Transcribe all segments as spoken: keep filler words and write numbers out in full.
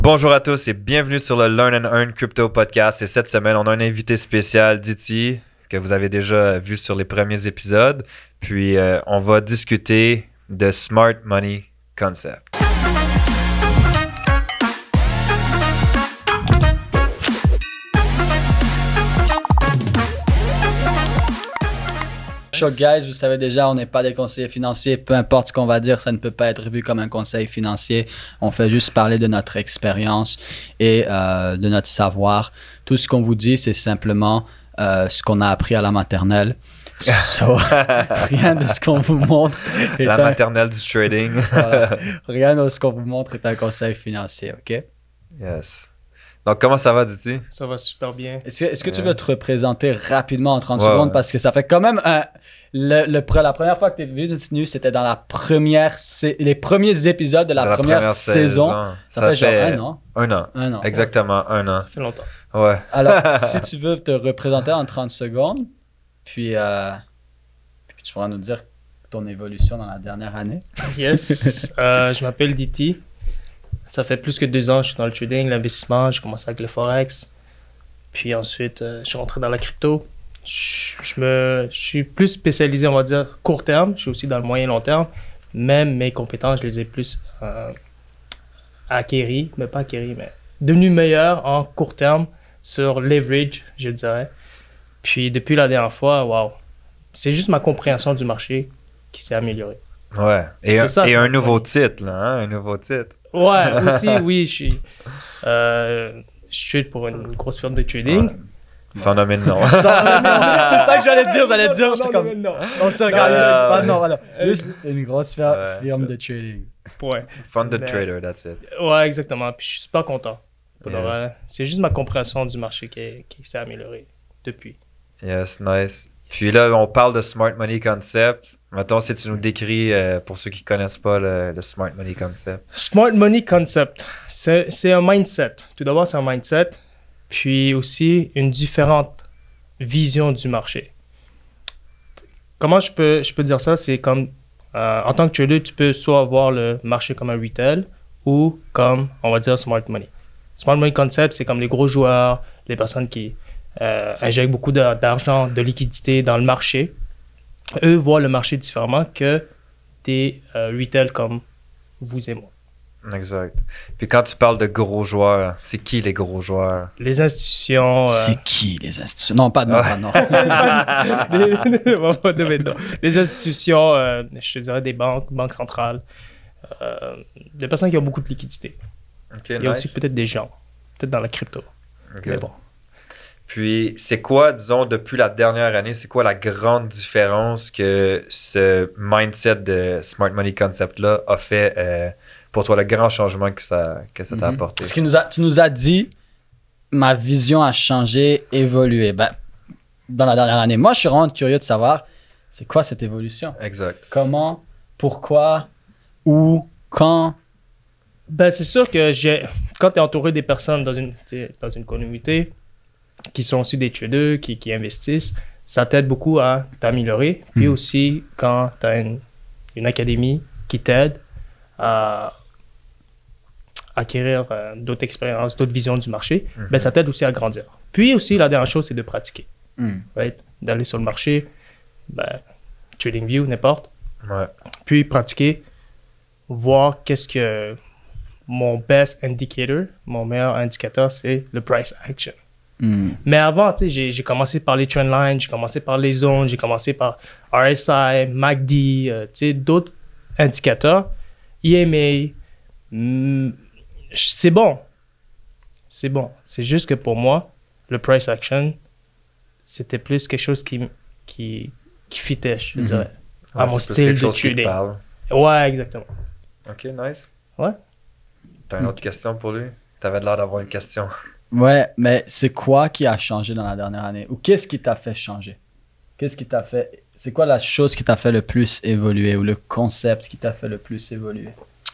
Bonjour à tous et bienvenue sur le Learn and Earn Crypto Podcast. Et cette semaine, on a un invité spécial, Diti, que vous avez déjà vu sur les premiers épisodes. Puis, euh, on va discuter de Smart Money Concept. Show guys, vous savez déjà, on n'est pas des conseillers financiers. Peu importe ce qu'on va dire, ça ne peut pas être vu comme un conseil financier. On fait juste parler de notre expérience et euh, de notre savoir. Tout ce qu'on vous dit, c'est simplement euh, ce qu'on a appris à la maternelle. So, rien de ce qu'on vous montre. La un... maternelle du trading. Voilà. Rien de ce qu'on vous montre est un conseil financier, OK? Yes. Donc, comment ça va, Diti? Ça va super bien. Est-ce que, est-ce que tu veux te représenter rapidement en trente Ouais, secondes? ouais. Parce que ça fait quand même un... Le, le, la première fois que tu es venu, c'était dans la première, les premiers épisodes de la, la première, première saison. saison. Ça, Ça fait genre fait un an. Un an. Un an. Exactement, un an. Ça fait longtemps. Ouais. Alors, si tu veux te représenter en trente secondes, puis, euh, puis tu pourras nous dire ton évolution dans la dernière année. Yes. euh, je m'appelle Diti. Ça fait plus que deux ans que je suis dans le trading, l'investissement. J'ai commencé avec le Forex. Puis ensuite, euh, je suis rentré dans la crypto. Je, je, me, je suis plus spécialisé, on va dire, court terme. Je suis aussi dans le moyen long terme. Même mes compétences, je les ai plus euh, acquéries, mais pas acquéries, mais devenues meilleures en court terme sur leverage, je dirais. Puis depuis la dernière fois, waouh, c'est juste ma compréhension du marché qui s'est améliorée. Ouais. Et, C'est un, ça, et c'est un mon nouveau point. titre, là, hein? Un nouveau titre. Ouais, aussi, oui, je suis. Euh, je trade pour une grosse firme de trading. Ouais. Sans nommer de nom. c'est ça que j'allais dire, j'allais dire. J'étais comme, non. on se regarde. Euh, Pas non, voilà. euh, Juste une grosse fir- ouais. firme de trading. Ouais. Funded Mais- trader, that's it. Ouais, exactement. Puis je suis super content. Pour le Yes. vrai. C'est juste ma compréhension du marché qui, qui s'est améliorée depuis. Yes, nice. Puis là, on parle de Smart Money Concept. Mettons, si tu nous décris, euh, pour ceux qui ne connaissent pas le, le Smart Money Concept. Smart Money Concept, c'est c'est un mindset. Tout d'abord, c'est un mindset. Puis aussi, une différente vision du marché. Comment je peux, je peux dire ça? C'est comme, euh, en tant que trader, tu peux soit voir le marché comme un retail ou comme, on va dire, Smart Money. Smart Money Concept, c'est comme les gros joueurs, les personnes qui euh, injectent beaucoup de- d'argent, de liquidité dans le marché. Eux voient le marché différemment que des euh, retail comme vous et moi. Exact. Puis quand tu parles de gros joueurs, c'est qui les gros joueurs? Les institutions... euh, C'est qui les institutions? Non, pas de nom, Ah. pas de nom. des, on va pas nommer de nom. Des institutions, euh, je te dirais des banques, banques centrales, euh, des personnes qui ont beaucoup de liquidité. Ok, Il y a aussi peut-être des gens, peut-être dans la crypto. Ok. Mais bon. Puis c'est quoi, disons, depuis la dernière année, c'est quoi la grande différence que ce mindset de Smart Money Concept-là a fait euh, pour toi, le grand changement que ça, que ça t'a Mhm. apporté? Parce que nous a, tu nous as dit, ma vision a changé, évolué. Ben, dans la dernière année. Moi, je suis vraiment curieux de savoir, c'est quoi cette évolution? Exact. Comment, pourquoi, où, quand? Ben, c'est sûr que j'ai, quand tu es entouré des personnes dans une, t'sais, dans une communauté qui sont aussi des traders, qui, qui investissent, ça t'aide beaucoup à t'améliorer. Puis Mm. aussi, quand tu as une, une académie qui t'aide à acquérir euh, d'autres expériences, d'autres visions du marché, Mhm. ben, ça t'aide aussi à grandir. Puis aussi, la dernière chose, c'est de pratiquer. Hmm. Right? D'aller sur le marché, ben, TradingView, n'importe. Ouais. Puis pratiquer, voir qu'est-ce que mon best indicator, mon meilleur indicateur, c'est le price action. Hmm. Mais avant, tu sais, j'ai, j'ai commencé par les trendlines, j'ai commencé par les zones, j'ai commencé par R S I, M A C D, euh, tu sais, d'autres indicateurs. E M A, mm, c'est bon. C'est bon. C'est juste que pour moi, le price action, c'était plus quelque chose qui, qui, qui fitait, je Mhm. dirais, Ouais, à mon c'est plus style quelque de chose qui te trading. parle. Ouais, exactement. Ok, nice. Ouais. T'as une autre question pour lui? T'avais l'air d'avoir une question. Ouais, mais c'est quoi qui a changé dans la dernière année? Ou qu'est-ce qui t'a fait changer? Qu'est-ce qui t'a fait... C'est quoi la chose qui t'a fait le plus évoluer ou le concept qui t'a fait le plus évoluer?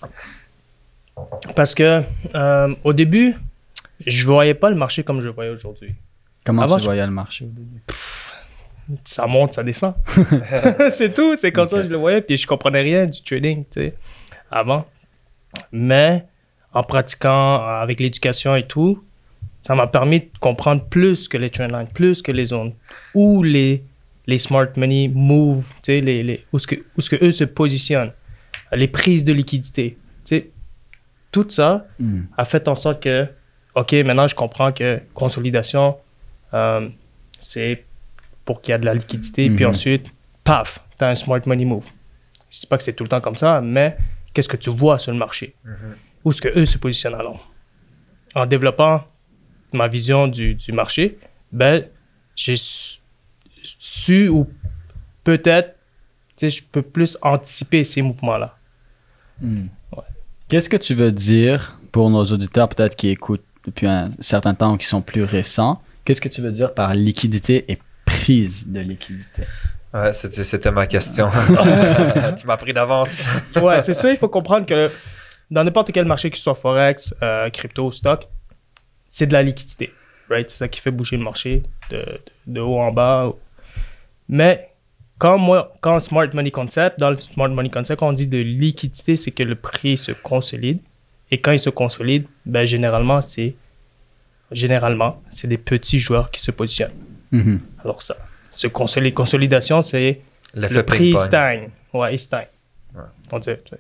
Parce que euh, au début, je voyais pas le marché comme je le voyais aujourd'hui. Comment Avant, tu je- voyais le marché au début? Ça monte, ça descend. C'est tout, c'est comme ça Ok. que je le voyais. Puis je comprenais rien du trading, tu sais, avant. Mais en pratiquant euh, avec l'éducation et tout, ça m'a permis de comprendre plus que les trendlines, plus que les zones, où les, les smart money move, tu sais, les, les, où, ce que, où ce que eux se positionnent, les prises de liquidité. Tu sais, tout ça Mm. a fait en sorte que, OK, maintenant je comprends que consolidation, euh, c'est pour qu'il y ait de la liquidité, puis Mhm. ensuite, paf, tu as un smart money move. Je dis pas que c'est tout le temps comme ça, mais qu'est-ce que tu vois sur le marché? Où est-ce que eux se positionnent alors? En développant ma vision du, du marché, ben, j'ai su, su ou peut-être, tu sais, je peux plus anticiper ces mouvements-là. Mm. Ouais. Qu'est-ce que tu veux dire pour nos auditeurs peut-être qui écoutent depuis un certain temps ou qui sont plus récents? Qu'est-ce que tu veux dire par liquidité et prise de liquidité? Ouais, c'était, c'était ma question. Tu m'as pris d'avance. Ouais, c'est ça, il faut comprendre que dans n'importe quel marché, que ce soit Forex, euh, crypto, stock, c'est de la liquidité, right? C'est ça qui fait bouger le marché de, de, de haut en bas. Mais quand moi, quand Smart Money Concept, dans le Smart Money Concept, quand on dit de liquidité, c'est que le prix se consolide. Et quand il se consolide, ben généralement, c'est généralement, c'est des petits joueurs qui se positionnent. Mhm. Alors ça, ce consolid- consolidation, c'est L'effet le prix ping-pong. stagne. Ouais, il stagne. Ouais. On dit, tu sais.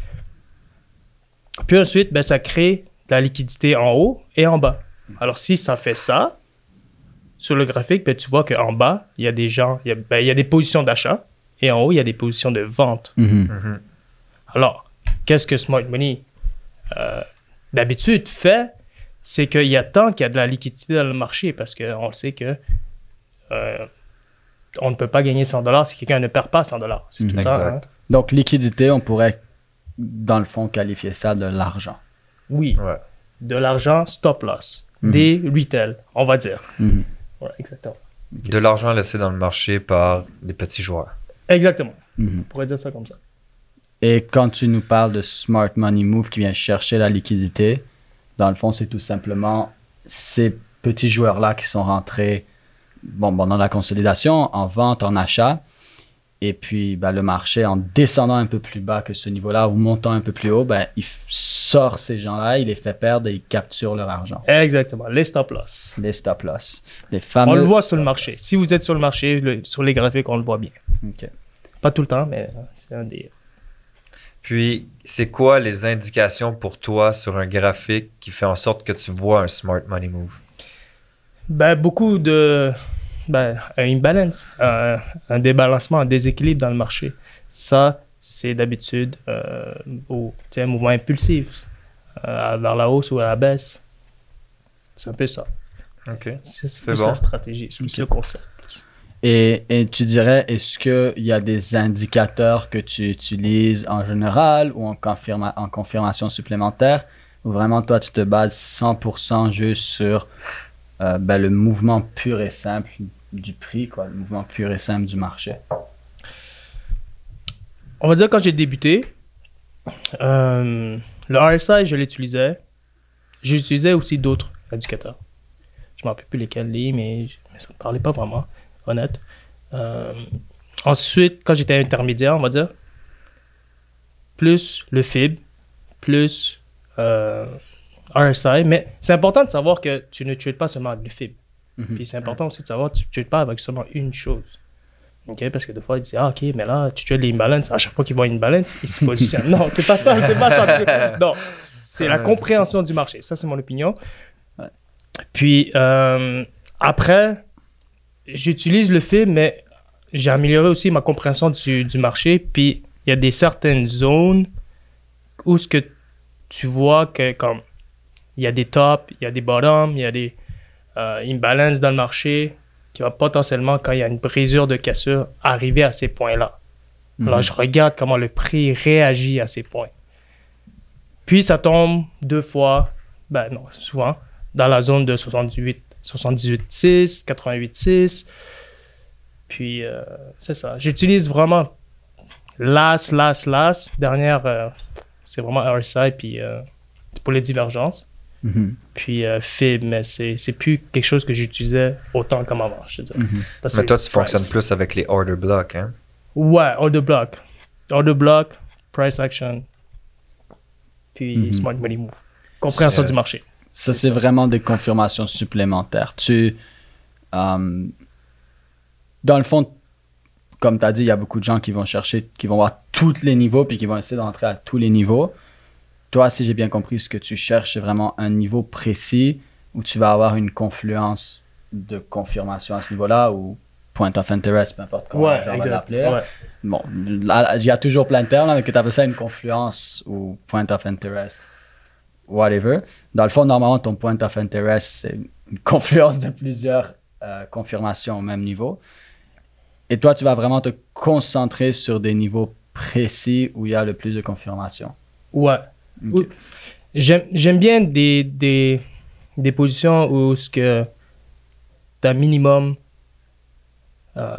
Puis ensuite, ben, ça crée de la liquidité en haut et en bas. Alors si ça fait ça, sur le graphique, ben, tu vois qu'en bas, il y a des gens, il y a, ben, il y a des positions d'achat et en haut, il y a des positions de vente. Mhm. Mhm. Alors, qu'est-ce que Smart Money euh, d'habitude fait? C'est qu'il attend qu'il y a de la liquidité dans le marché parce qu'on le sait que euh, on ne peut pas gagner cent dollars si quelqu'un ne perd pas cent dollars. C'est tout le temps, Exact. hein. Donc, liquidité, on pourrait, dans le fond, qualifier ça de l'argent. Oui, Ouais. de l'argent stop loss, Mhm. des retail, on va dire. Mhm. Ouais, exactement. De l'argent laissé dans le marché par des petits joueurs. Exactement. Mhm. On pourrait dire ça comme ça. Et quand tu nous parles de Smart Money Move qui vient chercher la liquidité, dans le fond, c'est tout simplement ces petits joueurs-là qui sont rentrés bon, bon, dans la consolidation, en vente, en achat. Et puis, ben, le marché, en descendant un peu plus bas que ce niveau-là ou montant un peu plus haut, ben, il f- sort ces gens-là, il les fait perdre et il capture leur argent. Exactement, les stop loss. Les stop loss. Les fameux On le voit sur le stop marché. Si vous êtes sur le marché, le- sur les graphiques, on le voit bien. loss. Ok. Pas tout le temps, mais euh, c'est un des... Puis, c'est quoi les indications pour toi sur un graphique qui fait en sorte que tu vois un smart money move? Ben, beaucoup de... Ben, un imbalance, un, un débalancement, un déséquilibre dans le marché. Ça, c'est d'habitude euh, au, tu sais, un mouvement impulsif, euh, vers la hausse ou à la baisse. C'est un peu ça. OK. C'est, c'est C'est plus bon. la stratégie, c'est plus le concept. Et, et tu dirais, est-ce qu'il y a des indicateurs que tu utilises en général ou en, confirma- en confirmation supplémentaire ou vraiment toi tu te bases cent pour cent juste sur euh, ben, le mouvement pur et simple du prix, quoi, le mouvement pur et simple du marché? On va dire quand j'ai débuté, euh, le R S I, je l'utilisais. J'utilisais aussi d'autres indicateurs. Je ne me rappelle plus lesquels, les, mais, mais ça ne me parlait pas vraiment, honnête. Euh, ensuite, quand j'étais intermédiaire, on va dire, plus le F I B, plus euh, R S I. Mais c'est important de savoir que tu ne trades pas seulement avec le F I B. Mhm. Puis c'est important aussi de savoir que tu ne trades pas avec seulement une chose. OK? Parce que des fois, ils disent, ah, OK, mais là, tu trades les imbalances. À chaque fois qu'ils voient une balance, ils se positionnent. Non, c'est pas ça, c'est pas ça. Tu- Non, c'est la compréhension du marché. Ça, c'est mon opinion. Ouais. Puis, euh, après, j'utilise le F I B, mais j'ai amélioré aussi ma compréhension du, du marché. Puis, il y a des certaines zones où ce que tu vois que, comme, il y a des tops, il y a des bottoms, il y a des euh, imbalances dans le marché qui va potentiellement, quand il y a une brisure de cassure, arriver à ces points-là. Mhm. Alors, je regarde comment le prix réagit à ces points. Puis, ça tombe deux fois, ben non, souvent, dans la zone de soixante-dix-huit, soixante-dix-huit virgule six, quatre-vingt-huit virgule six. Puis, euh, c'est ça. J'utilise vraiment l'A S, l'A S, l'A S. Dernière, euh, c'est vraiment R S I, puis euh, pour les divergences. Mhm. Puis euh, F I B, mais c'est, c'est plus quelque chose que j'utilisais autant comme avant, je te dis. Mhm. Parce Mais que toi, tu price. fonctionnes plus avec les order blocks, hein? Ouais, order block. Order block, price action, puis Mhm. smart money move. compréhension Yes. du marché. Ça, c'est vraiment des confirmations supplémentaires. Tu, euh, dans le fond, comme tu as dit, il y a beaucoup de gens qui vont chercher, qui vont voir tous les niveaux, puis qui vont essayer d'entrer à tous les niveaux. Toi, si j'ai bien compris, ce que tu cherches, c'est vraiment un niveau précis où tu vas avoir une confluence de confirmation à ce niveau-là, ou point of interest, peu importe comment Ouais, les gens vont exact. l'appeler. Ouais. Bon, là, il y a toujours plein de termes, là, mais que tu appelles ça une confluence ou point of interest, whatever. Dans le fond, normalement, ton point of interest, c'est une confluence de plusieurs euh, confirmations au même niveau. Et toi, tu vas vraiment te concentrer sur des niveaux précis où il y a le plus de confirmations. Ouais. Ok. Oui. J'aime, j'aime bien des, des, des positions où ce que tu as minimum euh,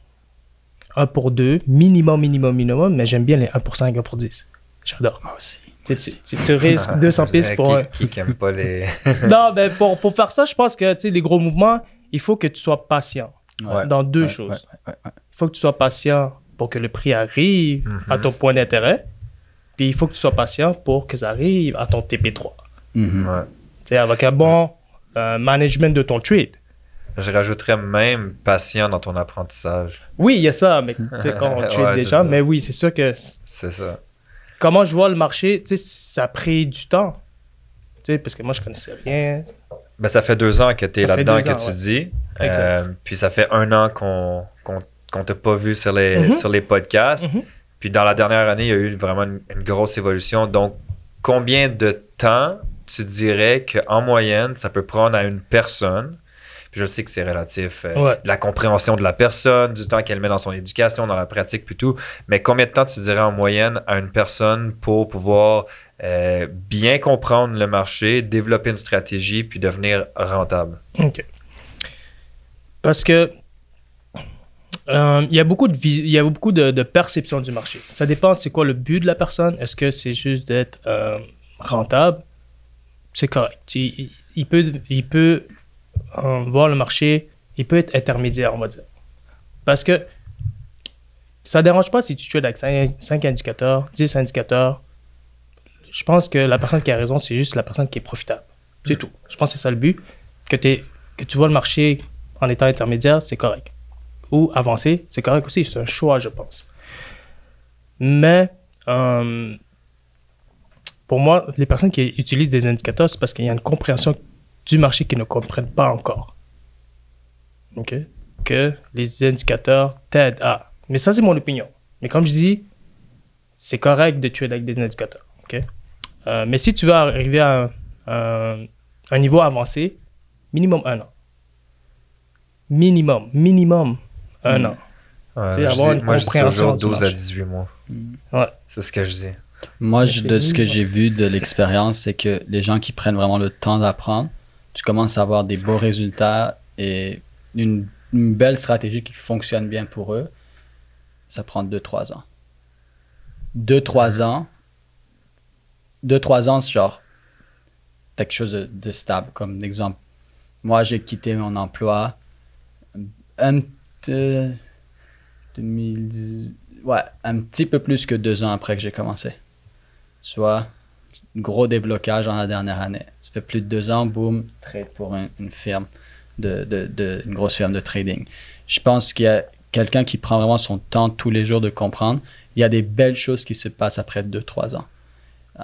un pour deux, minimum, minimum, minimum, mais j'aime bien les un pour cinq, un pour dix. J'adore. Moi aussi. Tu, tu, tu, tu risques deux cents pistes pour... un- Qui, qui aime pas les. Non, mais pour, pour faire ça, je pense que tu sais, les gros mouvements, il faut que tu sois patient Ouais. dans deux Ouais, choses. ouais, ouais, ouais. Il faut que tu sois patient pour que le prix arrive Mhm. à ton point d'intérêt. Puis il faut que tu sois patient pour que ça arrive à ton T P trois. Mhm. Ouais. Tu sais, avec un bon euh, management de ton trade. Je rajouterais même patient dans ton apprentissage. Oui, il y a ça, mais tu sais, quand on trade Ouais, des c'est gens, ça. mais oui, c'est sûr que c- C'est ça. comment je vois le marché, tu sais, ça a pris du temps. Tu sais, parce que moi, je connaissais rien. Ben, ça fait deux ans que tu es Ça fait là-dedans, deux que ans, tu ouais. dis. Exact. Euh, puis ça fait un an qu'on qu'on qu'on t'a pas vu sur les, Mhm. sur les podcasts. Mhm. Puis dans la dernière année, il y a eu vraiment une, une grosse évolution. Donc, combien de temps tu dirais qu'en moyenne, ça peut prendre à une personne? Puis je sais que c'est relatif. euh, Ouais. de la compréhension de la personne, du temps qu'elle met dans son éducation, dans la pratique, puis tout. Mais combien de temps tu dirais en moyenne à une personne pour pouvoir euh, bien comprendre le marché, développer une stratégie, puis devenir rentable? OK. Parce que euh, il y a beaucoup de vis- il y a beaucoup de, de perception du marché. Ça dépend c'est quoi le but de la personne. Est-ce que c'est juste d'être euh, rentable? C'est correct. Tu- Il, il peut, il peut euh, voir le marché, il peut être intermédiaire, on va dire. Parce que ça ne dérange pas si tu trades avec cinq indicateurs, dix indicateurs. Je pense que la personne qui a raison, c'est juste la personne qui est profitable. C'est tout. Je pense que c'est ça le but. Que, t'es- que tu vois le marché en étant intermédiaire, c'est correct. Ou avancé, c'est correct aussi. C'est un choix, je pense. Mais euh, pour moi, les personnes qui utilisent des indicateurs, c'est parce qu'il y a une compréhension du marché qu'ils ne comprennent pas encore. OK? Que les indicateurs t'aident à. Mais ça, c'est mon opinion. Mais comme je dis, c'est correct de tuer avec des indicateurs. OK? Euh, mais si tu veux arriver à un, un- un niveau avancé, minimum un an. Minimum, minimum un Mm. an. Ouais, Tu sais, je avoir dis- une moi, je dis compréhension toujours du douze à marché. dix-huit mois. Ouais. C'est ce que je dis. Moi, Mais je- c'est de ce que minimum. j'ai vu de l'expérience, c'est que les gens qui prennent vraiment le temps d'apprendre, tu commences à avoir des beaux résultats et une, une belle stratégie qui fonctionne bien pour eux. Ça prend deux trois ans. deux trois ans. deux trois ans, c'est genre, t'as quelque chose de, de stable. Comme exemple, moi, j'ai quitté mon emploi un, petit- deux mille dix ouais, un petit peu plus que deux ans après que j'ai commencé. Soit gros déblocage dans la dernière année. Ça fait plus de deux ans, boum, trade pour un- une firme, de, de, de- une grosse firme de trading. Je pense qu'il y a quelqu'un qui prend vraiment son temps tous les jours de comprendre. Il y a des belles choses qui se passent après deux trois ans. Euh,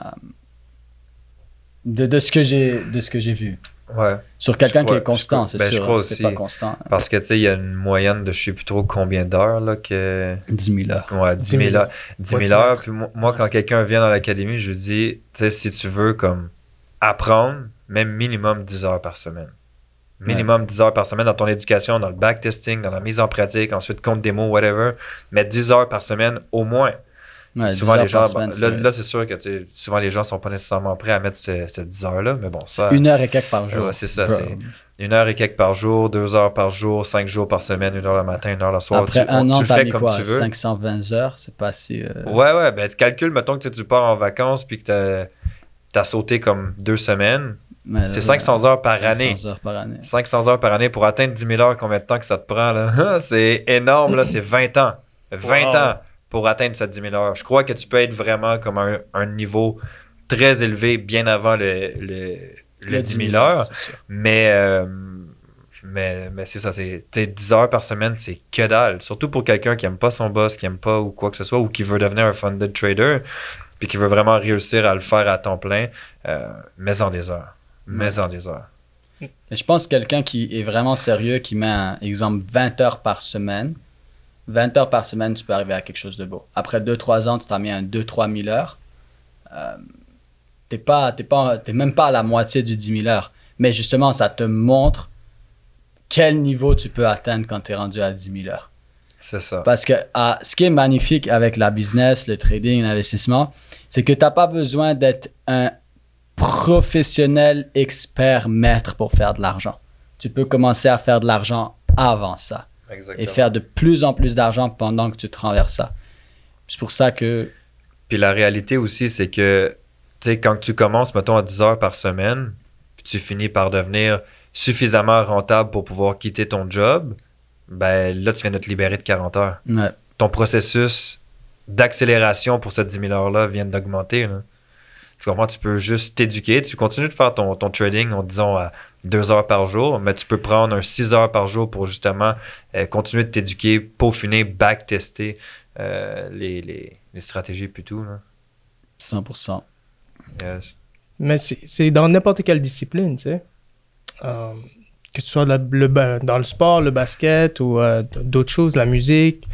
de, de ce que j'ai de ce que j'ai vu. Ouais. Sur quelqu'un Je qui crois- est constant, je c'est crois- ben, je sûr. crois C'est aussi. pas constant. Parce que, tu sais, il y a une moyenne de je sais plus trop combien d'heures, là, que. dix mille heures. Ouais, dix mille heures. dix mille Ouais, heures. ouais. Puis moi, moi, Ouais, quand c'est- quelqu'un vient dans l'académie, je lui dis, tu sais, si tu veux, comme, apprendre, même minimum dix heures par semaine. Minimum dix heures par semaine dans ton éducation, dans le backtesting, dans la mise en pratique, ensuite compte démo, whatever. Mais dix heures par semaine au moins. Ouais, dix souvent, heures les gens, par semaine, bon, là, c'est là, c'est sûr que tu sais, souvent les gens sont pas nécessairement prêts à mettre ces, ces dix heures-là, mais bon, ça. une heure et quelques par jour. Ouais, c'est ça, Bro. c'est une heure et quelques par jour, deux heures par jour, cinq jours par semaine, une heure le matin, une heure le soir. Après tu, un on- an, tu le t'as fais mis comme quoi? tu veux. cinq cent vingt heures, c'est pas si... euh, Ouais, ouais, ben tu calcules, mettons que tu sais, tu pars en vacances puis que t'as, t'as sauté comme deux semaines. mais, C'est euh, cinq cents heures par cinq cents année. heures par année. cinq cents heures par année pour atteindre dix mille heures, combien de temps que ça te prend, là? C'est énorme, là, c'est vingt ans. vingt Wow. ans pour atteindre cette dix mille heures. Je crois que tu peux être vraiment comme un, un niveau très élevé bien avant le, le, le, Le dix mille heures. c'est sûr. Mais, euh, mais, mais c'est ça, c'est t'sais, dix heures par semaine, c'est que dalle. Surtout pour quelqu'un qui aime pas son boss, qui aime pas ou quoi que ce soit, ou qui veut devenir un funded trader, puis qui veut vraiment réussir à le faire à temps plein. Euh, mets-en des heures. Mets-en des heures. Et je pense que quelqu'un qui est vraiment sérieux, qui met un exemple vingt heures par semaine, vingt heures par semaine, tu peux arriver à quelque chose de beau. Après deux trois ans, tu t'as mis un deux trois mille heures. Euh, t'es pas, t'es pas, t'es même pas à la moitié du dix mille heures. Mais justement, ça te montre quel niveau tu peux atteindre quand tu es rendu à dix mille heures. C'est ça. Parce que ah, ce qui est magnifique avec la business, le trading, l'investissement, c'est que tu n'as pas besoin d'être un professionnel, expert, maître pour faire de l'argent. Tu peux commencer à faire de l'argent avant ça. Exactement. Et faire de plus en plus d'argent pendant que tu traverses ça. C'est pour ça que... Puis la réalité aussi, c'est que, tu sais, quand tu commences, mettons, à dix heures par semaine, puis tu finis par devenir suffisamment rentable pour pouvoir quitter ton job, ben là, tu viens de te libérer de quarante heures. Ouais. Ton processus d'accélération pour cette dix mille heures-là vient d'augmenter. Là. Tu comprends? Tu peux juste t'éduquer. Tu continues de faire ton, ton trading, en disant, à deux heures par jour, mais tu peux prendre un six heures par jour pour justement euh, continuer de t'éduquer, peaufiner, backtester euh, les, les, les stratégies puis tout. Là. cent pour cent. Yes. Mais c'est c'est dans n'importe quelle discipline, tu sais. Euh, que ce soit la- le, ba- dans le sport, le basket ou euh, d'autres choses, la musique.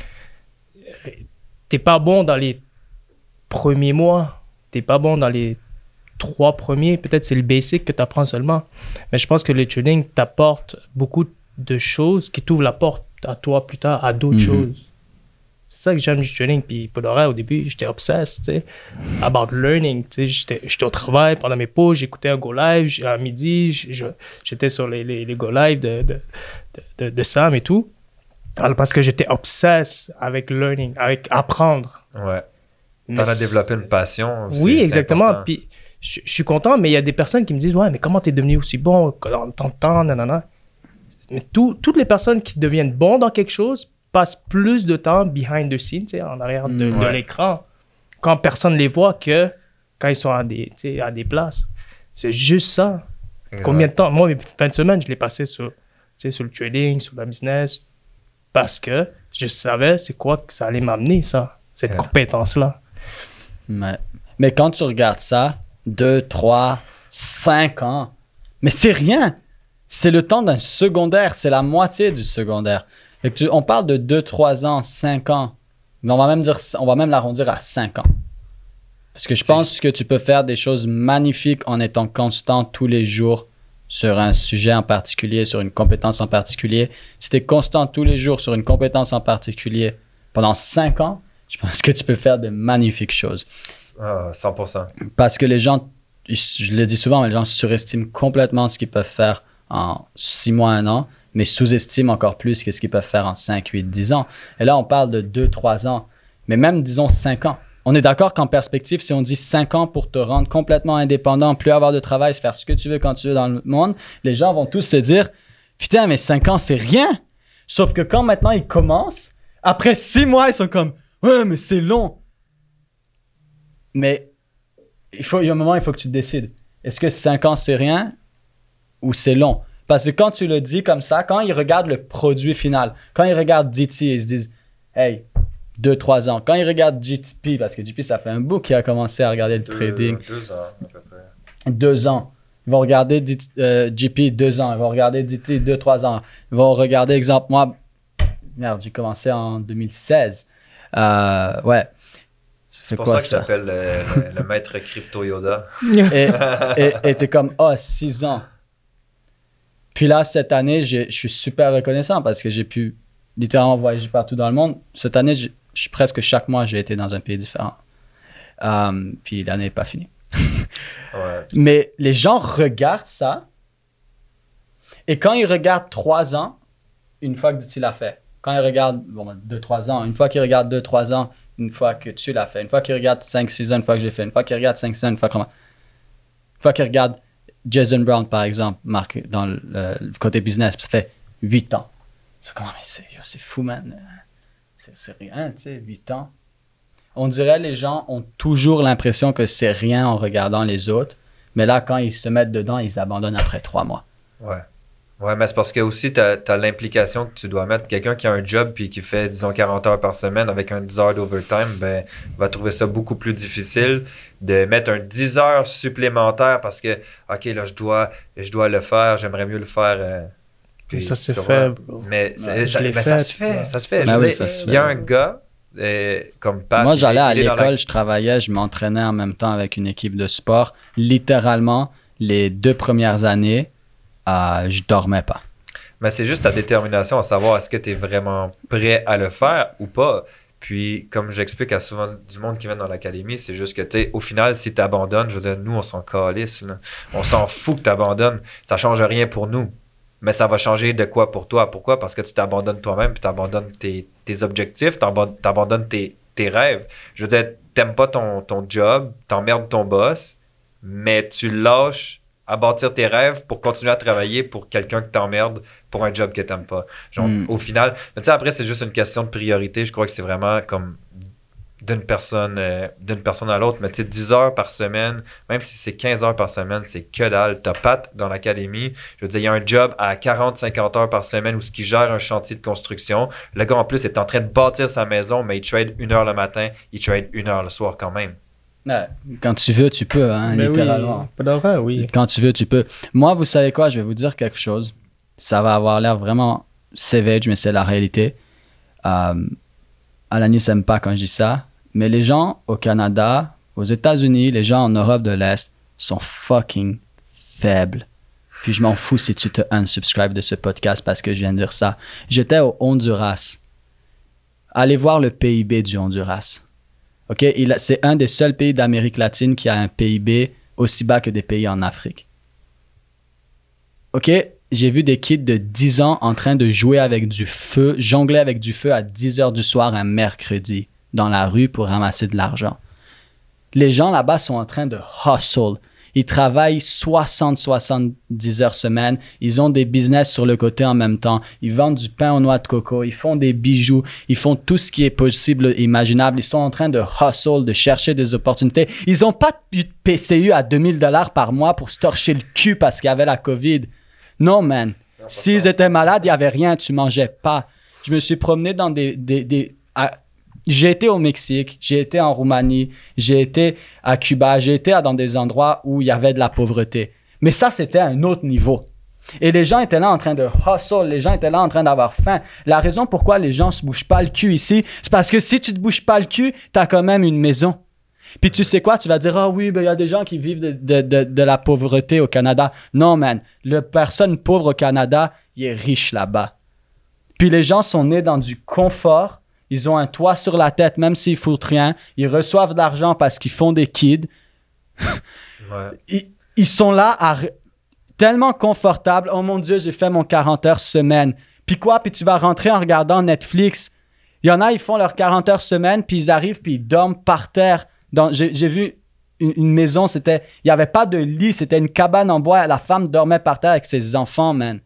T'es pas bon dans les premiers mois. T'es pas bon dans les trois premiers. Peut-être c'est le basic que tu apprends seulement. Mais je pense que le trading t'apporte beaucoup de choses qui t'ouvrent la porte à toi plus tard, à d'autres Mhm. choses. C'est ça que j'aime du trading. Puis pour le reste, au début, j'étais obsessed, tu sais, about learning. Tu sais, j'étais, j'étais au travail pendant mes pauses, j'écoutais un go live j- à midi, j- je- j'étais sur les, les, les go live de, de, de, de, de Sam et tout. Alors, parce que j'étais obsessed avec learning, avec apprendre. Ouais. Mais T'en as c'est- développé une passion. Oui, c'est- c'est exactement. important. Puis je, je suis content, mais il y a des personnes qui me disent, ouais, mais comment t'es devenu aussi bon dans tant de temps, nanana. Mais tout- toutes les personnes qui deviennent bons dans quelque chose passent plus de temps behind the scenes, tu sais, en arrière de, Mm. de Ouais. l'écran, quand personne ne les voit que quand ils sont à des, tu sais, à des places. C'est juste ça. Exact. Combien de temps? Moi, mes fins de semaine, je l'ai passé sur, tu sais, sur le trading, sur la business, parce que je savais c'est quoi que ça allait m'amener, ça, cette Ouais. compétence-là. Ouais. Mais quand tu regardes ça, deux, trois, cinq ans, mais c'est rien. C'est le temps d'un secondaire, c'est la moitié du secondaire. Fait que tu- on parle de deux, trois ans, cinq ans, mais on va même dire, on va même l'arrondir à cinq ans. Parce que je pense que tu peux faire des choses magnifiques en étant constant tous les jours sur un sujet en particulier, sur une compétence en particulier. Si tu es constant tous les jours sur une compétence en particulier pendant cinq ans, je pense que tu peux faire de magnifiques choses. Ah, cent pour cent. Parce que les gens, je le dis souvent, mais les gens surestiment complètement ce qu'ils peuvent faire en six mois, un an, mais sous-estiment encore plus que ce qu'ils peuvent faire en cinq, huit, dix ans. Et là, on parle de deux, trois ans, mais même, disons, cinq ans. On est d'accord qu'en perspective, si on dit cinq ans pour te rendre complètement indépendant, plus avoir de travail, faire ce que tu veux quand tu veux dans le monde, les gens vont tous se dire « Putain, mais cinq ans, c'est rien! » Sauf que quand maintenant ils commencent, après six mois, ils sont comme « Ouais, mais c'est long! » Mais il, faut, il y a un moment, il faut que tu te décides. Est-ce que cinq ans, c'est rien ou c'est long? Parce que quand tu le dis comme ça, quand ils regardent le produit final, quand ils regardent D T, ils se disent « Hey, deux, trois ans. » Quand ils regardent G P, parce que G P, ça fait un bout qu'il a commencé à regarder le Deux, trading, deux ans, à peu près. deux ans. Ils vont regarder D T, euh, G P, deux ans. Ils vont regarder D T, deux, trois ans. Ils vont regarder, exemple, moi, merde, j'ai commencé en deux mille seize. Euh, ouais. C'est pour ça que je t'appelle le, le, le maître crypto Yoda. Et et- et t'es comme, oh, six ans. Puis là, cette année, j'ai- je suis super reconnaissant parce que j'ai pu littéralement voyager partout dans le monde. Cette année, j'ai- je suis presque chaque mois, j'ai été dans un pays différent. Euh, puis l'année n'est pas finie. Ouais. Mais les gens regardent ça. Et quand ils regardent trois ans, une fois que D T l'a fait, quand ils regardent, bon, deux, trois ans, une fois qu'ils regardent deux, trois ans, une fois que tu l'as fait, une fois qu'ils regardent cinq, six ans, une fois que j'ai fait, une fois qu'ils regardent cinq, six ans, une fois comment. Une fois qu'ils regardent Jason Brown, par exemple, marqué dans le, le côté business, ça fait huit ans. C'est comment, mais c'est, c'est fou, man. C'est, c'est rien, tu sais, huit ans. On dirait les gens ont toujours l'impression que c'est rien en regardant les autres. Mais là, quand ils se mettent dedans, ils abandonnent après trois mois. Ouais. Ouais, mais c'est parce que aussi, tu as l'implication que tu dois mettre. Quelqu'un qui a un job puis qui fait, disons, quarante heures par semaine avec un dix heures d'overtime, ben, va trouver ça beaucoup plus difficile de mettre un dix heures supplémentaire parce que, OK, là, je dois, je dois le faire, j'aimerais mieux le faire. Euh, puis, Mais ça se tu fait. vois. Mais, Ouais, ça, je l'ai mais fait. ça se fait, Ouais. ça se fait. Ben Je veux oui, dire, ça se il y a fait. un gars, euh, comme Pat. Moi, j'allais il- à il est dans l'école, la- je travaillais, je m'entraînais en même temps avec une équipe de sport. Littéralement, les deux premières années, euh, je dormais pas. Mais c'est juste ta détermination à savoir est-ce que tu es vraiment prêt à le faire ou pas. Puis, comme j'explique à souvent du monde qui vient dans l'académie, c'est juste que, tu sais, au final, si tu abandonnes, je veux dire, nous, on s'en calisse, là. On s'en fout que tu abandonnes. Ça change rien pour nous. Mais ça va changer de quoi pour toi? Pourquoi? Parce que tu t'abandonnes toi-même, puis tu abandonnes tes, tes objectifs, tu abandonnes tes, tes rêves. Je veux dire, t'aimes pas ton, ton job, t'emmerdes ton boss, mais tu lâches à bâtir tes rêves pour continuer à travailler pour quelqu'un que t'emmerdes pour un job que t'aimes pas. Genre, Mm. au final, mais tu sais, après, c'est juste une question de priorité. Je crois que c'est vraiment comme d'une personne, euh, d'une personne à l'autre. Mais tu sais, dix heures par semaine, même si c'est quinze heures par semaine, c'est que dalle. T'as Pat dans l'académie. Je veux dire, il y a un job à quarante cinquante heures par semaine où ce qui gère un chantier de construction. Le gars, en plus, est en train de bâtir sa maison, mais il trade une heure le matin, il trade une heure le soir quand même. Ouais, quand tu veux, tu peux, hein, Ben littéralement. oui, pas de vrai, oui. Quand tu veux, tu peux. Moi, vous savez quoi, je vais vous dire quelque chose. Ça va avoir l'air vraiment savage, mais c'est la réalité. Euh, Alanis n'aime pas quand je dis ça, mais les gens au Canada, aux États-Unis, les gens en Europe de l'Est sont fucking faibles. Puis je m'en fous si tu te unsubscribes de ce podcast parce que je viens de dire ça. J'étais au Honduras. Allez voir le P I B du Honduras. OK? Il a- C'est un des seuls pays d'Amérique latine qui a un P I B aussi bas que des pays en Afrique. OK? J'ai vu des kids de dix ans en train de jouer avec du feu, jongler avec du feu à dix heures du soir un mercredi dans la rue pour ramasser de l'argent. Les gens là-bas sont en train de hustle. Ils travaillent soixante à soixante-dix heures semaine. Ils ont des business sur le côté en même temps. Ils vendent du pain aux noix de coco. Ils font des bijoux. Ils font tout ce qui est possible et imaginable. Ils sont en train de hustle, de chercher des opportunités. Ils n'ont pas de P C U à deux mille dollars par mois pour se torcher le cul parce qu'il y avait la COVID. Non, man. S'ils étaient malades, il n'y avait rien. Tu mangeais pas. Je me suis promené dans des... des, des à- J'ai été au Mexique, j'ai été en Roumanie, j'ai été à Cuba, j'ai été à- dans des endroits où il y avait de la pauvreté. Mais ça, c'était à un autre niveau. Et les gens étaient là en train de hustle, les gens étaient là en train d'avoir faim. La raison pourquoi les gens se bougent pas le cul ici, c'est parce que si tu te bouges pas le cul, t'as quand même une maison. Puis tu sais quoi, tu vas dire, ah oui, ben il y a des gens qui vivent de, de, de, de la pauvreté au Canada. Non, man, la personne pauvre au Canada, il est riche là-bas. Puis les gens sont nés dans du confort. Ils ont un toit sur la tête, même s'ils foutent rien. Ils reçoivent de l'argent parce qu'ils font des kids. Ouais. Ils, ils sont là à re- tellement confortables. Oh mon Dieu, j'ai fait mon quarante heures semaine. Puis quoi? Puis tu vas rentrer en regardant Netflix. Il y en a, ils font leurs quarante heures semaine, puis ils arrivent, puis ils dorment par terre. Dans, j'ai, j'ai vu une, une maison, c'était, il n'y avait pas de lit, c'était une cabane en bois. La femme dormait par terre avec ses enfants, man.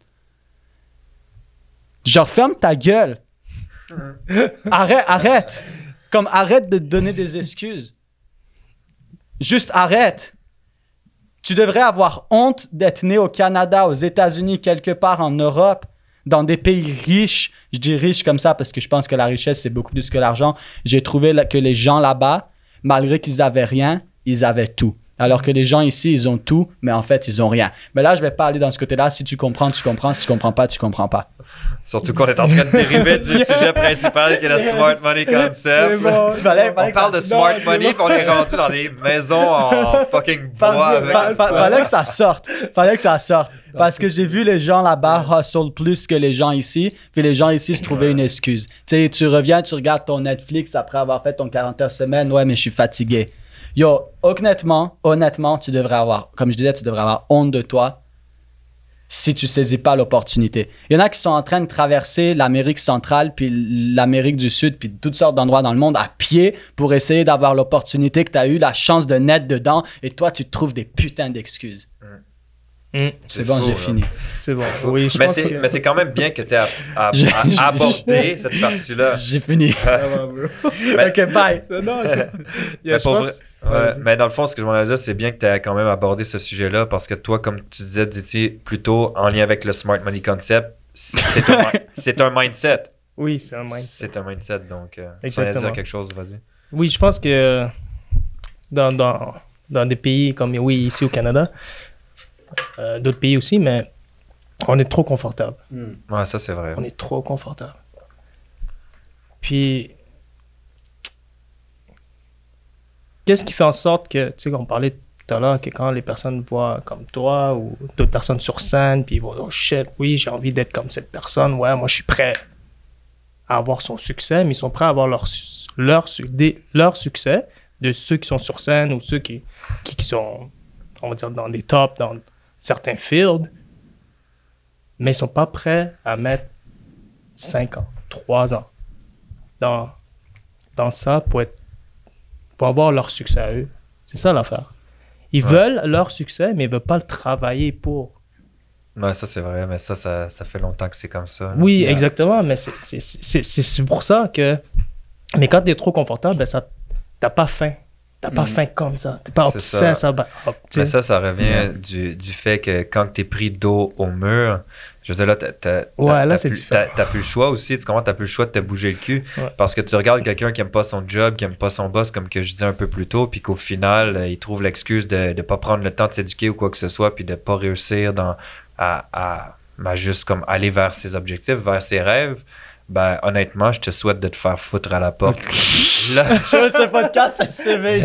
Genre, ferme ta gueule. Arrête, arrête. Comme arrête de te donner des excuses. Juste arrête. Tu devrais avoir honte d'être né au Canada, aux États-Unis, quelque part en Europe, dans des pays riches. Je dis riches comme ça parce que je pense que la richesse, c'est beaucoup plus que l'argent. J'ai trouvé là- que les gens là-bas, malgré qu'ils avaient rien, ils avaient tout. Alors que les gens ici, ils ont tout, mais en fait, ils ont rien. Mais là, je vais pas aller dans ce côté-là. Si tu comprends, tu comprends. Si tu comprends pas, tu comprends pas. Surtout qu'on est en train de dériver du sujet principal qui est le Smart Money Concept. C'est bon. Fallait- On fallait parle de que- Smart Non, c'est Money, bon. puis on est rendu dans les maisons en fucking bois. Fa- avec fa- fa- ça. fallait que ça sorte. Fallait que ça sorte. Parce que j'ai vu les gens là-bas hustle plus que les gens ici. Puis les gens ici se trouvaient une excuse. Tu sais, tu reviens, tu regardes ton Netflix après avoir fait ton quarante heures semaine. Ouais, mais je suis fatigué. Yo, honnêtement, honnêtement, tu devrais avoir, comme je disais, tu devrais avoir honte de toi si tu saisis pas l'opportunité. Il y en a qui sont en train de traverser l'Amérique centrale, puis l'Amérique du Sud, puis toutes sortes d'endroits dans le monde à pied pour essayer d'avoir l'opportunité que tu as eu, la chance de naître dedans, et toi, tu te trouves des putains d'excuses. Mm. C'est bon, j'ai là. fini. C'est bon. Oui, je mais pense c'est que... mais c'est quand même bien que tu aies Je- je- abordé cette partie-là. J'ai fini. Vraiment, bro. Mais- Ok, bye. C'est- Non, c'est... Yeah, Mais je pour pense... vrai- ouais, Vas-y. mais dans le fond, ce que je m'en ai dit, c'est bien que tu aies quand même abordé ce sujet-là parce que toi, comme tu disais, Diti, plutôt en lien avec le Smart Money Concept, c'est un, mi- c'est un mindset. Oui, c'est un mindset. C'est un mindset, donc euh, tu allais Exactement. dire quelque chose, vas-y. Oui, je pense que dans, dans, dans des pays comme, oui, ici au Canada, euh, d'autres pays aussi, mais on est trop confortable. Ouais, ça c'est vrai. On est trop confortable. Puis, qu'est-ce qui fait en sorte que, tu sais, on parlait tout à l'heure, que quand les personnes voient comme toi ou d'autres personnes sur scène, puis ils voient, oh shit, oui, j'ai envie d'être comme cette personne, ouais, moi je suis prêt à avoir son succès, mais ils sont prêts à avoir leur, su- leur, su- des- leur succès de ceux qui sont sur scène ou ceux qui, qui, qui sont, on va dire, dans des tops, dans certains fields, mais ils sont pas prêts à mettre cinq ans, trois ans dans, dans ça pour, être, pour avoir leur succès à eux. C'est ça l'affaire. Ils Ouais. veulent leur succès, mais ils veulent pas le travailler pour. Ouais, ça c'est vrai, mais ça, ça, ça fait longtemps que c'est comme ça. là. Oui, Yeah. exactement, mais c'est- c'est- c'est c'est- c'est pour ça que... Mais quand tu es trop confortable, ben ça, t'as pas faim. T'as pas Mm. faim comme ça. T'es pas C'est obsessé ça. à ça. ben, hop, tu Mais sais. ça, ça revient du, du fait que quand tu es pris dos au mur, je veux dire, là, t'as, t'as, Ouais, t'as- là, t'as c'est plus, différent. t'as- t'as plus le choix aussi. Tu comprends? T'as plus le choix de te bouger le cul. Ouais. Parce que tu regardes quelqu'un qui aime pas son job, qui aime pas son boss, comme que je disais un peu plus tôt, puis qu'au final, euh, il trouve l'excuse de ne pas prendre le temps de s'éduquer ou quoi que ce soit, puis de pas réussir dans, à, à, à juste comme aller vers ses objectifs, vers ses rêves. Ben, honnêtement, je te souhaite de te faire foutre à la porte. Là, Ce podcast est C V.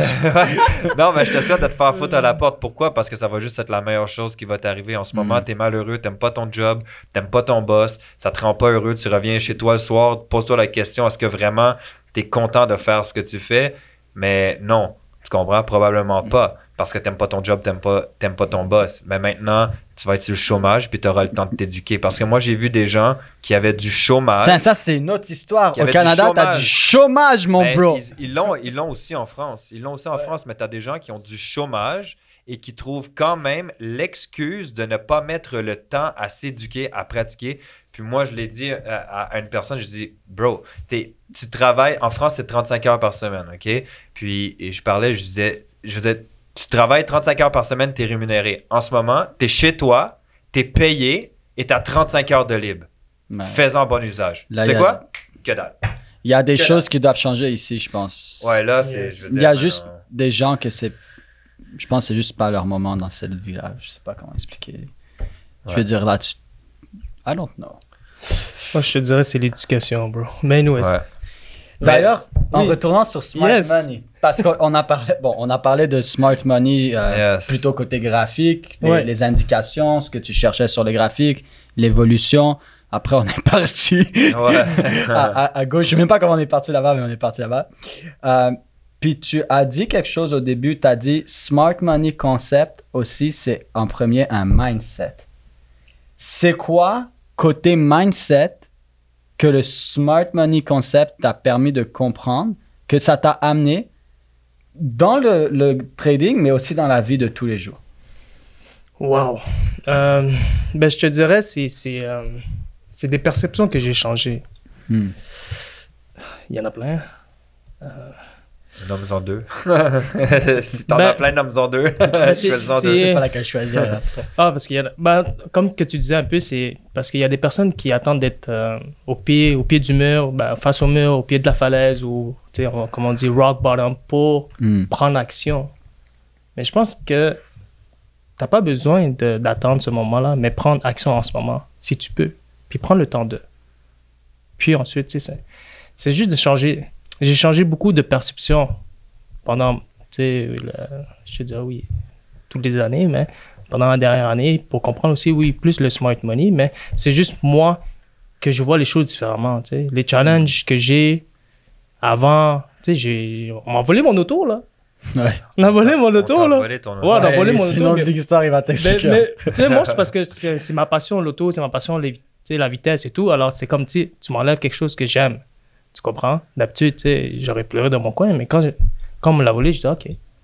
non, mais je te souhaite de te faire foutre à la porte. Pourquoi? Parce que ça va juste être la meilleure chose qui va t'arriver en ce moment. Mm. T'es malheureux, t'aimes pas ton job, t'aimes pas ton boss, ça te rend pas heureux. Tu reviens chez toi le soir, pose-toi la question, est-ce que vraiment t'es content de faire ce que tu fais? Mais non, tu comprends? Probablement pas. Parce que t'aimes pas ton job, t'aimes pas, t'aimes pas ton boss. Mais maintenant, tu vas être sur le chômage puis t'auras le temps de t'éduquer. Parce que moi, j'ai vu des gens qui avaient du chômage. Tiens, ça, c'est une autre histoire. Il y Au avait du Canada, t'as chômage. du chômage, mon Ben, bro. Ils, ils l'ont, ils l'ont aussi en France. Ils l'ont aussi en Ouais. France, mais tu as des gens qui ont du chômage et qui trouvent quand même l'excuse de ne pas mettre le temps à s'éduquer, à pratiquer. Puis moi, je l'ai dit à, à une personne, je dis, bro, t'es- tu travailles, en France, c'est trente-cinq heures par semaine, OK? Puis et je parlais, je disais, je disais, tu travailles trente-cinq heures par semaine, tu es rémunéré. En ce moment, tu es chez toi, tu es payé et tu as trente-cinq heures de libre. Ouais. Fais-en bon usage. Là, Tu il sais y a- quoi? Que dalle. Il y a des Que- choses qui doivent changer ici, je pense. Ouais, là, c'est. Yes. je veux Il y dire, a non, juste non. des gens que c'est. Je pense que c'est juste pas leur moment dans cette vie-là. Je sais pas comment expliquer. Je Ouais. veux dire là-dessus. I don't know. Moi, je te dirais c'est l'éducation, bro. Mais anyways. Ouais. D'ailleurs, en oui. retournant sur Smart Yes. Money, parce qu'on a parlé, bon, on a parlé de Smart Money euh, Yes. plutôt côté graphique, les, Ouais. les indications, ce que tu cherchais sur les graphiques, l'évolution. Après, on est parti Ouais. à, à- à gauche. Je sais même pas comment on est parti là-bas, mais on est parti là-bas. Euh, puis tu as dit quelque chose au début. Tu as dit Smart Money Concept aussi, c'est en premier un mindset. C'est quoi, côté mindset, que le Smart Money Concept t'a permis de comprendre, que ça t'a amené dans le, le trading, mais aussi dans la vie de tous les jours? Wow. Euh, ben, je te dirais, c'est, c'est, euh, c'est des perceptions que j'ai changées. Hmm. Il y en a plein. Nomme-en deux. si t'en Ben- as plein, nomme-en deux. c'est- Choisis-en deux. c'est- C'est pas laquelle choisir. Là. Ah, parce qu'il y a... Ben, comme que tu disais un peu, c'est parce qu'il y a des personnes qui attendent d'être euh, au, pied, au pied du mur, ben, face au mur, au pied de la falaise, ou, tu sais, on- comme on dit, rock bottom, pour Hmm. prendre action. Mais je pense que t'as pas besoin de- d'attendre ce moment-là, mais prendre action en ce moment, si tu peux. Puis prendre le temps de. Puis ensuite, tu sais, c'est, c'est juste de changer. J'ai changé beaucoup de perception pendant, tu sais, le- je te dirais oui, toutes les années, mais pendant la dernière année, pour comprendre aussi, oui, plus le smart money, mais c'est juste moi que je vois les choses différemment, tu sais. Les challenges que j'ai avant, tu sais, j'ai, on m'a volé mon auto, là. Ouais. On a volé mon On auto, t'a là. volé ton auto. Ouais, on a volé mon auto, Sinon, mais- le Digstar, il va Mais, t'expliquer. mais, tu sais, moi, c'est parce que c'est c'est ma passion, l'auto, c'est ma passion, les, tu sais, la vitesse et tout. Alors, c'est comme, tu sais, tu m'enlèves quelque chose que j'aime. Tu comprends? D'habitude, tu sais, j'aurais pleuré dans mon coin, mais quand, je- quand on me l'a volé, je dis, OK,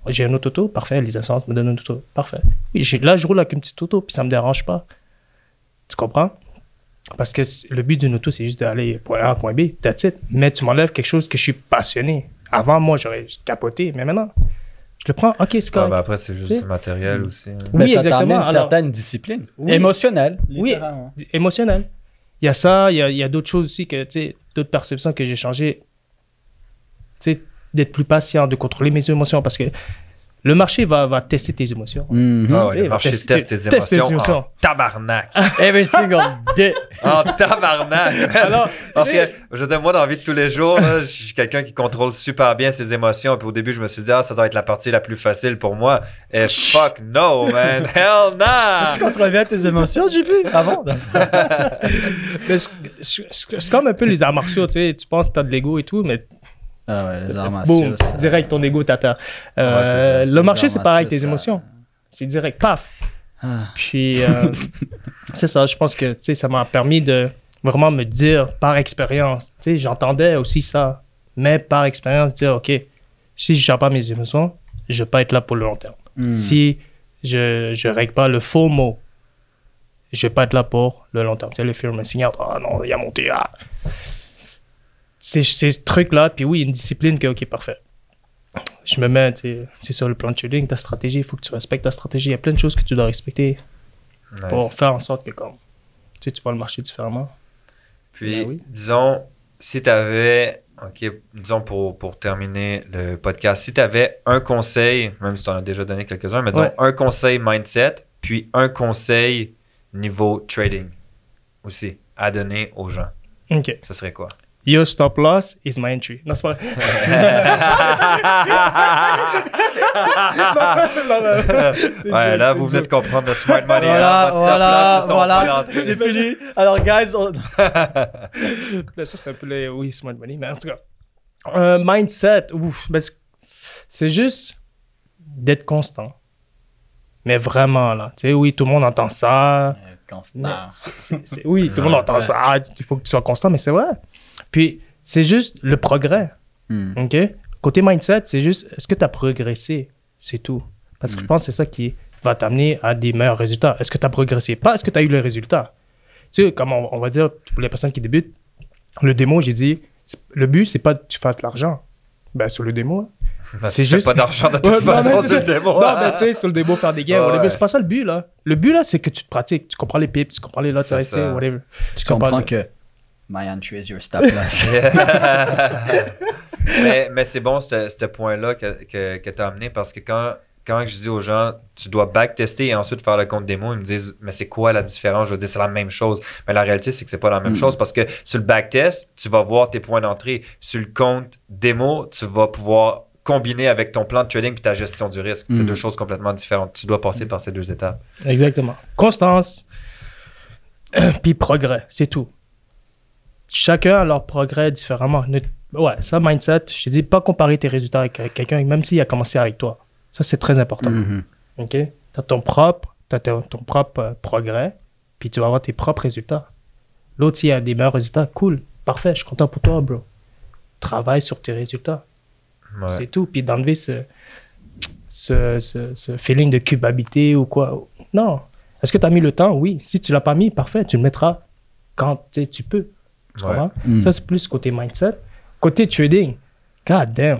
J'ai une autre auto, parfait. Les assurances me donnent une auto, parfait. Oui, j'ai, là, je roule avec une petite auto, puis ça me dérange pas. Tu comprends? Parce que le but d'une auto, c'est juste d'aller point A, point B, that's it. Mais tu m'enlèves quelque chose que je suis passionné. Avant, moi, j'aurais capoté, mais maintenant, je le prends, ok, c'est correct. Ah, ben après, c'est juste T'sais? du matériel aussi. Hein. Mais Oui, ça exactement. t'amène une Alors- certaine discipline. Oui. Émotionnelle. Oui, littéralement. émotionnel. Il y a ça, il y a, il y a d'autres choses aussi, que, tu sais, d'autres perceptions que j'ai changées. Tu sais, d'être plus patient, de contrôler mes émotions, parce que le marché va, va tester tes émotions. Mhm. Ah ouais, Oui, le marché tester- teste tes teste tes émotions émotions. en tabarnak. Every single day. En tabarnak. Alors, Parce tu que, sais- je veux dire, moi, dans la vie de tous les jours, là, je suis quelqu'un qui contrôle super bien ses émotions. Puis au début, je me suis dit, ah, ça doit être la partie la plus facile pour moi. Et fuck no, man. Hell nah. Tu contrôles bien tes émotions, J P? Avant. mais c'est- c'est c'est comme un peu les arts martiaux, tu sais. Tu penses que t'as de l'ego et tout, mais Ah ouais, les arts martiaux. boum, ça- direct, ton ego t'atteint. Euh, Ouais, c'est ça. le marché, Les c'est arts pareil, martiaux, tes ça- émotions. C'est direct, paf. Ah. Puis, euh, c'est ça, je pense que, tu sais, ça m'a permis de vraiment me dire par expérience, tu sais, j'entendais aussi ça, mais par expérience, dire, OK, si je ne gère pas mes émotions, je ne vais pas être là pour le long terme. Hmm. Si je ne règle pas le faux mot, je ne vais pas être là pour le long terme. Tu sais, le fear of missing out, ah non, il a monté, ah. Ces, ces trucs-là, puis oui, une discipline que, OK, parfait. Je me mets, tu sais, c'est sur le plan de trading, ta stratégie, il faut que tu respectes ta stratégie. Il y a plein de choses que tu dois respecter Nice. pour faire en sorte que, comme, tu sais, tu vois le marché différemment. Puis, Ben oui. disons, si tu avais, OK, disons pour, pour terminer le podcast, si tu avais un conseil, même si tu en as déjà donné quelques-uns, mais disons Ouais. un conseil mindset, puis un conseil niveau trading aussi à donner aux gens, OK. ce serait quoi? Your stop loss is my entry. Non, c'est pas vrai. Ouais, là, vous venez de comprendre le smart money. Voilà, hein, votre voilà, stop loss, voilà. c'est son point C'est d'entrée. fini. Alors, guys, on- Là, ça, c'est un peu les... Oui, smart money, mais en tout cas. Un mindset, ouf, ben, c'est- c'est juste d'être constant. Mais vraiment, là. Tu sais, oui, tout le monde entend ça. Mais c'est- c'est- c'est- oui, tout le monde entend ça. Il faut que tu sois constant, mais c'est vrai. Puis, c'est juste le progrès. Hmm. OK? Côté mindset, c'est juste, est-ce que tu as progressé? C'est tout. Parce que Mm. je pense que c'est ça qui va t'amener à des meilleurs résultats. Est-ce que tu as progressé? Pas est-ce que tu as eu le résultat. Tu sais, comme on, on va dire, pour les personnes qui débutent, le démo, j'ai dit, c'est- le but, c'est pas que tu fasses de l'argent. Ben, sur le démo, hein. Ben, C'est tu fais juste- pas d'argent de Ouais, toute non, façon, mais c'est c'est le ça. démo. Non, hein. mais tu sais, sur le démo, faire des gains, Ouais, whatever. ouais. C'est pas ça le but, là. Le but, là, c'est que tu te pratiques. Tu comprends les pips, tu comprends les lots, C'est tu sais, ça. whatever. Je Tu comprends comprends le- que my entry is your stop loss. mais mais c'est bon, ce ce point-là que, que, que tu as amené parce que quand, quand je dis aux gens, tu dois backtester et ensuite faire le compte démo, ils me disent, mais c'est quoi la différence? Je veux dire, c'est la même chose. Mais la réalité, c'est que c'est pas la même Mm. chose parce que sur le backtest, tu vas voir tes points d'entrée. Sur le compte démo, tu vas pouvoir combiner avec ton plan de trading et ta gestion du risque. C'est Mm. deux choses complètement différentes. Tu dois passer par ces deux étapes. Exactement. Constance, puis progrès, c'est tout. Chacun a leur progrès différemment. Ne- Ouais, ça, mindset, je te dis, pas comparer tes résultats avec euh, quelqu'un, même s'il a commencé avec toi. Ça, c'est très important. Mhm. OK? Tu as ton propre, t'as ton, ton propre euh, progrès, puis tu vas avoir tes propres résultats. L'autre, s'il a des meilleurs résultats, cool, parfait, je suis content pour toi, bro. Travaille sur tes résultats. Ouais. C'est tout. Puis d'enlever ce, ce, ce, ce feeling de culpabilité ou quoi. Non. Est-ce que tu as mis le temps? Oui. Si tu l'as pas mis, parfait, tu le mettras quand tu sais, tu peux. Tu Ouais. comprends? Mm. Ça, c'est plus côté mindset. Côté trading, god damn.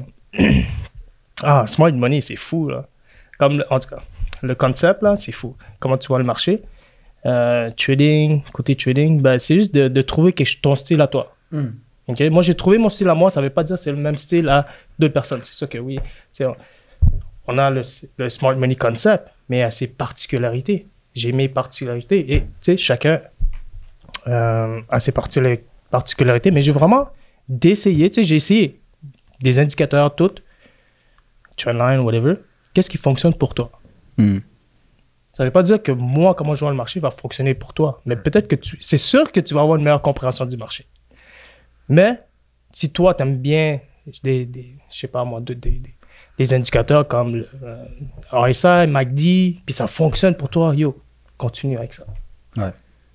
Ah, smart money, c'est fou, là. Comme, le- en tout cas, le concept, là, c'est fou. Comment tu vois le marché? Euh, trading, côté trading, ben, c'est juste de, de trouver quelque- ton style à toi. Mm. Ok, moi, j'ai trouvé mon style à moi. Ça ne veut pas dire que c'est le même style à d'autres personnes. C'est sûr que oui. Tu sais, On, on a le, le Smart Money Concept, mais à ses particularités. J'ai mes particularités. Et tu sais, chacun euh, a ses particula- particularités. Mais j'ai vraiment d'essayer. Tu sais, j'ai essayé des indicateurs, toutes, trendline, whatever. Qu'est-ce qui fonctionne pour toi? Mm. Ça ne veut pas dire que moi, comment je vois le marché, va fonctionner pour toi. Mais peut-être que tu... C'est sûr que tu vas avoir une meilleure compréhension du marché. Mais si toi, tu aimes bien des, des, je sais pas moi, des, des, des indicateurs comme le euh, R S I, M A C D, puis ça fonctionne pour toi, yo, continue avec ça. Ouais.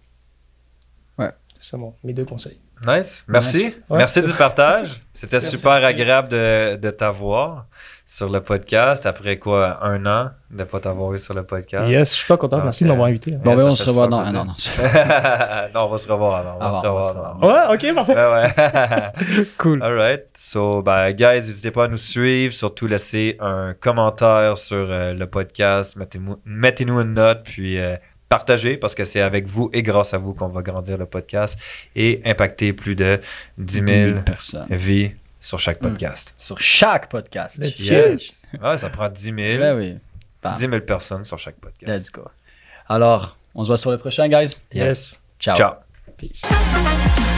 Ouais. C'est bon, mes deux conseils. Nice. Merci. Ouais. Merci du partage. C'était Merci. super agréable de, de t'avoir. sur le podcast. Après quoi, un an de ne pas t'avoir eu sur le podcast. Yes, je suis pas content. Donc, Merci de m'avoir invité. Bon, Yes, ben, ça on fait se revoit super dans un plaisir. an. Non, non, on va se revoir avant. On va Avant, se on va revoir se avant. Ouais, ok, parfait. Ouais, ouais. Cool. Alright. So, ben, guys, n'hésitez pas à nous suivre. Surtout, laissez un commentaire sur euh, le podcast. Mettez-nous, mettez-nous une note. Puis, euh, partagez parce que c'est avec vous et grâce à vous qu'on va grandir le podcast et impacter plus de dix mille personnes. vies sur chaque podcast. Sur chaque podcast. Let's Yes. Ouais, ça prend dix mille. Ouais, oui. Bam. dix mille personnes sur chaque podcast. Let's go. Alors, on se voit sur le prochain, guys. Yes. Ciao. Ciao. Peace.